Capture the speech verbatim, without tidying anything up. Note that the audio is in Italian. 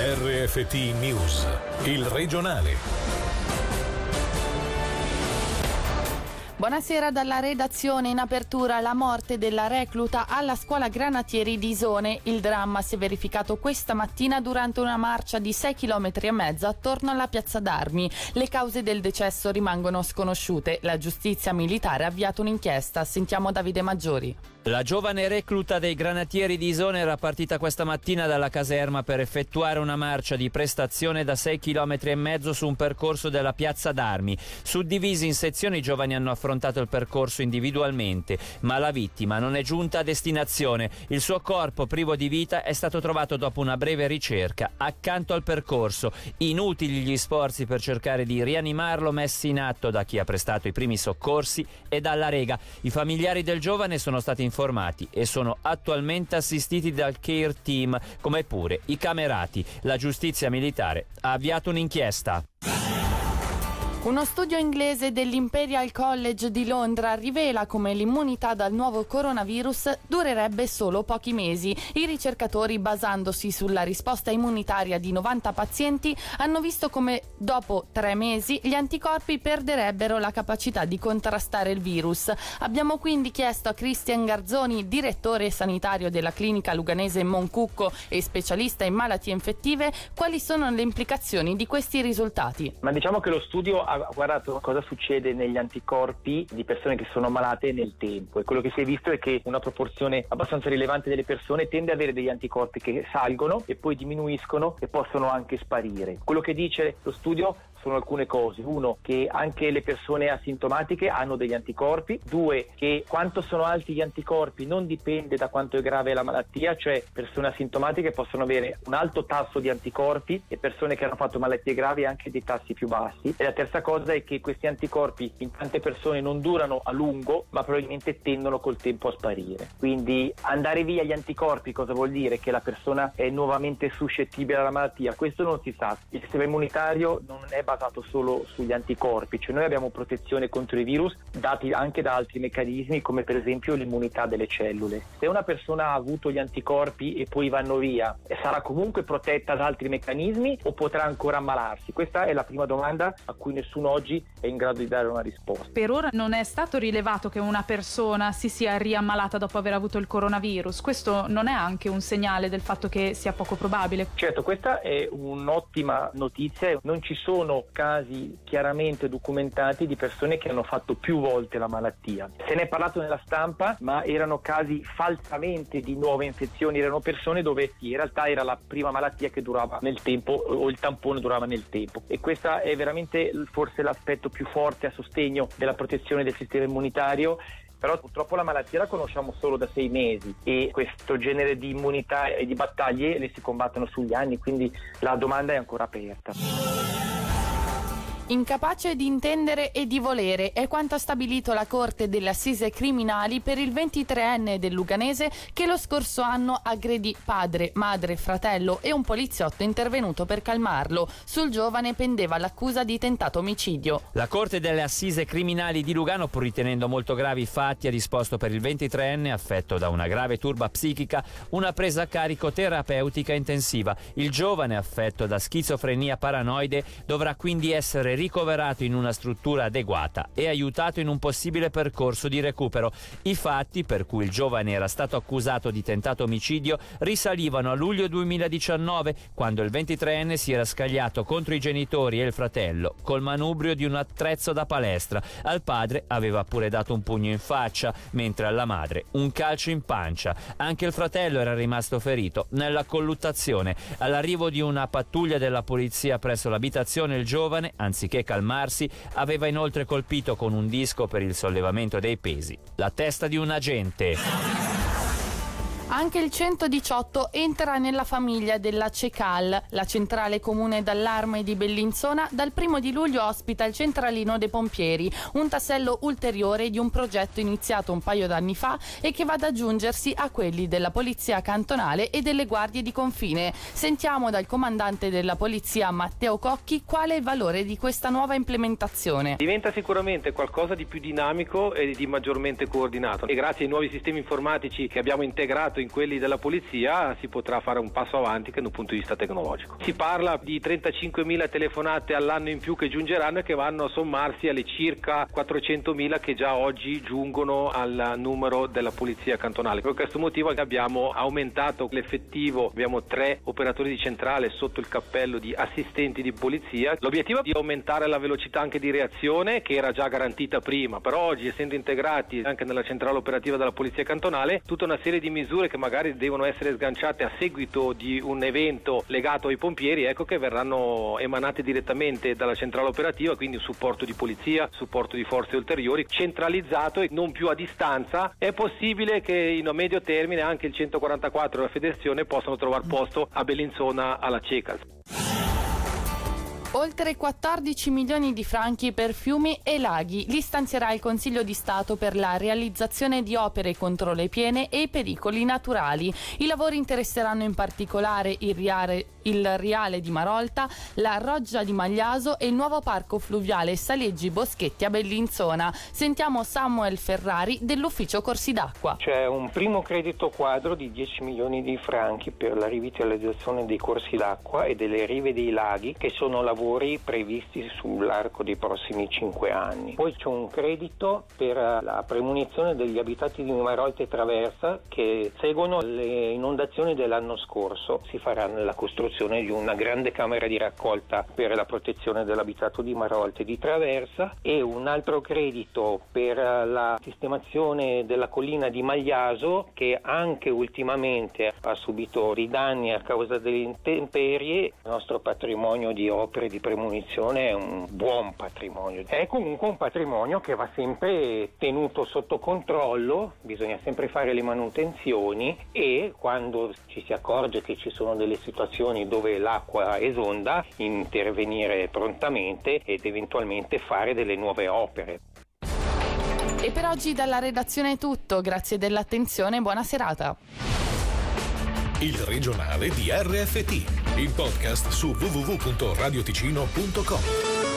R F T News, il regionale. Buonasera dalla redazione. In apertura la morte della recluta alla scuola Granatieri di Isone. Il dramma si è verificato questa mattina durante una marcia di sei chilometri e mezzo attorno alla piazza d'Armi. Le cause del decesso rimangono sconosciute. La giustizia militare ha avviato un'inchiesta. Sentiamo Davide Maggiori. La giovane recluta dei Granatieri di Isone era partita questa mattina dalla caserma per effettuare una marcia di prestazione da sei chilometri e mezzo su un percorso della piazza d'Armi. Suddivisi in sezioni, i giovani hanno affrontato il percorso individualmente, ma la vittima non è giunta a destinazione. Il suo corpo, privo di vita, è stato trovato dopo una breve ricerca accanto al percorso. Inutili gli sforzi per cercare di rianimarlo messi in atto da chi ha prestato i primi soccorsi e dalla Lega. I familiari del giovane sono stati informati e sono attualmente assistiti dal Care Team, come pure i camerati. La giustizia militare ha avviato un'inchiesta. Uno studio inglese dell'Imperial College di Londra rivela come l'immunità dal nuovo coronavirus durerebbe solo pochi mesi. I ricercatori, basandosi sulla risposta immunitaria di novanta pazienti, hanno visto come dopo tre mesi gli anticorpi perderebbero la capacità di contrastare il virus. Abbiamo quindi chiesto a Cristian Garzoni, direttore sanitario della clinica luganese Moncucco e specialista in malattie infettive, quali sono le implicazioni di questi risultati. Ma diciamo che lo studio ha guardato cosa succede negli anticorpi di persone che sono malate nel tempo, e quello che si è visto è che una proporzione abbastanza rilevante delle persone tende ad avere degli anticorpi che salgono e poi diminuiscono e possono anche sparire. Quello che dice lo studio sono alcune cose: uno, che anche le persone asintomatiche hanno degli anticorpi; due, che quanto sono alti gli anticorpi non dipende da quanto è grave la malattia, cioè persone asintomatiche possono avere un alto tasso di anticorpi e persone che hanno fatto malattie gravi anche dei tassi più bassi. E la terza cosa è che questi anticorpi in tante persone non durano a lungo, ma probabilmente tendono col tempo a sparire. Quindi andare via gli anticorpi cosa vuol dire? Che la persona è nuovamente suscettibile alla malattia? Questo non si sa. Il sistema immunitario non è basato solo sugli anticorpi, cioè noi abbiamo protezione contro i virus dati anche da altri meccanismi, come per esempio l'immunità delle cellule. Se una persona ha avuto gli anticorpi e poi vanno via, sarà comunque protetta da altri meccanismi o potrà ancora ammalarsi? Questa è la prima domanda a cui nessuno oggi è in grado di dare una risposta. Per ora non è stato rilevato che una persona si sia riammalata dopo aver avuto il coronavirus. Questo non è anche un segnale del fatto che sia poco probabile? Certo, questa è un'ottima notizia. Non ci sono casi chiaramente documentati di persone che hanno fatto più volte la malattia. Se ne è parlato nella stampa, ma erano casi falsamente di nuove infezioni, erano persone dove in realtà era la prima malattia che durava nel tempo, o il tampone durava nel tempo. E questa è veramente forse l'aspetto più forte a sostegno della protezione del sistema immunitario. Però purtroppo la malattia la conosciamo solo da sei mesi e questo genere di immunità e di battaglie le si combattono sugli anni, quindi la domanda è ancora aperta. Incapace di intendere e di volere è quanto ha stabilito la Corte delle Assise Criminali per il ventitreenne del Luganese che lo scorso anno aggredì padre, madre, fratello e un poliziotto intervenuto per calmarlo. Sul giovane pendeva l'accusa di tentato omicidio. La Corte delle Assise Criminali di Lugano, pur ritenendo molto gravi i fatti, ha disposto per il ventitreenne affetto da una grave turba psichica una presa a carico terapeutica intensiva. Il giovane, affetto da schizofrenia paranoide, dovrà quindi essere ricoverato in una struttura adeguata e aiutato in un possibile percorso di recupero. I fatti, per cui il giovane era stato accusato di tentato omicidio, risalivano a luglio duemiladiciannove, quando il ventitreenne si era scagliato contro i genitori e il fratello col manubrio di un attrezzo da palestra. Al padre aveva pure dato un pugno in faccia, mentre alla madre un calcio in pancia. Anche il fratello era rimasto ferito nella colluttazione. All'arrivo di una pattuglia della polizia presso l'abitazione, il giovane, anziché calmarsi, aveva inoltre colpito con un disco per il sollevamento dei pesi la testa di un agente. Anche il centodiciotto entra nella famiglia della CECAL. La centrale comune d'allarme di Bellinzona dal primo di luglio ospita il centralino dei pompieri, un tassello ulteriore di un progetto iniziato un paio d'anni fa e che va ad aggiungersi a quelli della polizia cantonale e delle guardie di confine. Sentiamo dal comandante della polizia Matteo Cocchi qual è il valore di questa nuova implementazione. Diventa sicuramente qualcosa di più dinamico e di maggiormente coordinato, e grazie ai nuovi sistemi informatici che abbiamo integrato in quelli della polizia, si potrà fare un passo avanti che da un punto di vista tecnologico. Si parla di trentacinquemila telefonate all'anno in più che giungeranno e che vanno a sommarsi alle circa quattrocentomila che già oggi giungono al numero della polizia cantonale. Per questo motivo abbiamo aumentato l'effettivo, abbiamo tre operatori di centrale sotto il cappello di assistenti di polizia. L'obiettivo è di aumentare la velocità anche di reazione, che era già garantita prima, però oggi, essendo integrati anche nella centrale operativa della polizia cantonale, tutta una serie di misure che magari devono essere sganciate a seguito di un evento legato ai pompieri, ecco che verranno emanate direttamente dalla centrale operativa, quindi un supporto di polizia, supporto di forze ulteriori, centralizzato e non più a distanza. È possibile che in medio termine anche il centoquarantaquattro e la Federazione possano trovare posto a Bellinzona alla Cecas. Oltre quattordici milioni di franchi per fiumi e laghi li stanzierà il Consiglio di Stato per la realizzazione di opere contro le piene e i pericoli naturali. I lavori interesseranno in particolare il riare, il Riale di Marolta, la Roggia di Magliaso e il nuovo parco fluviale Saleggi Boschetti a Bellinzona. Sentiamo Samuel Ferrari dell'Ufficio Corsi d'Acqua. C'è un primo credito quadro di dieci milioni di franchi per la rivitalizzazione dei corsi d'acqua e delle rive dei laghi, che sono lavori previsti sull'arco dei prossimi cinque anni. Poi c'è un credito per la premunizione degli abitati di Marolta e Traversa che seguono le inondazioni dell'anno scorso. Si farà nella costruzione di una grande camera di raccolta per la protezione dell'abitato di Marolta e di Traversa, e un altro credito per la sistemazione della collina di Magliaso, che anche ultimamente ha subito ridanni a causa delle intemperie. Il nostro patrimonio di opere di premunizione è un buon patrimonio, è comunque un patrimonio che va sempre tenuto sotto controllo, bisogna sempre fare le manutenzioni e quando ci si accorge che ci sono delle situazioni dove l'acqua esonda, intervenire prontamente ed eventualmente fare delle nuove opere. E per oggi dalla redazione è tutto, grazie dell'attenzione e buona serata. Il regionale di R F T, il podcast su w w w punto radioticino punto com.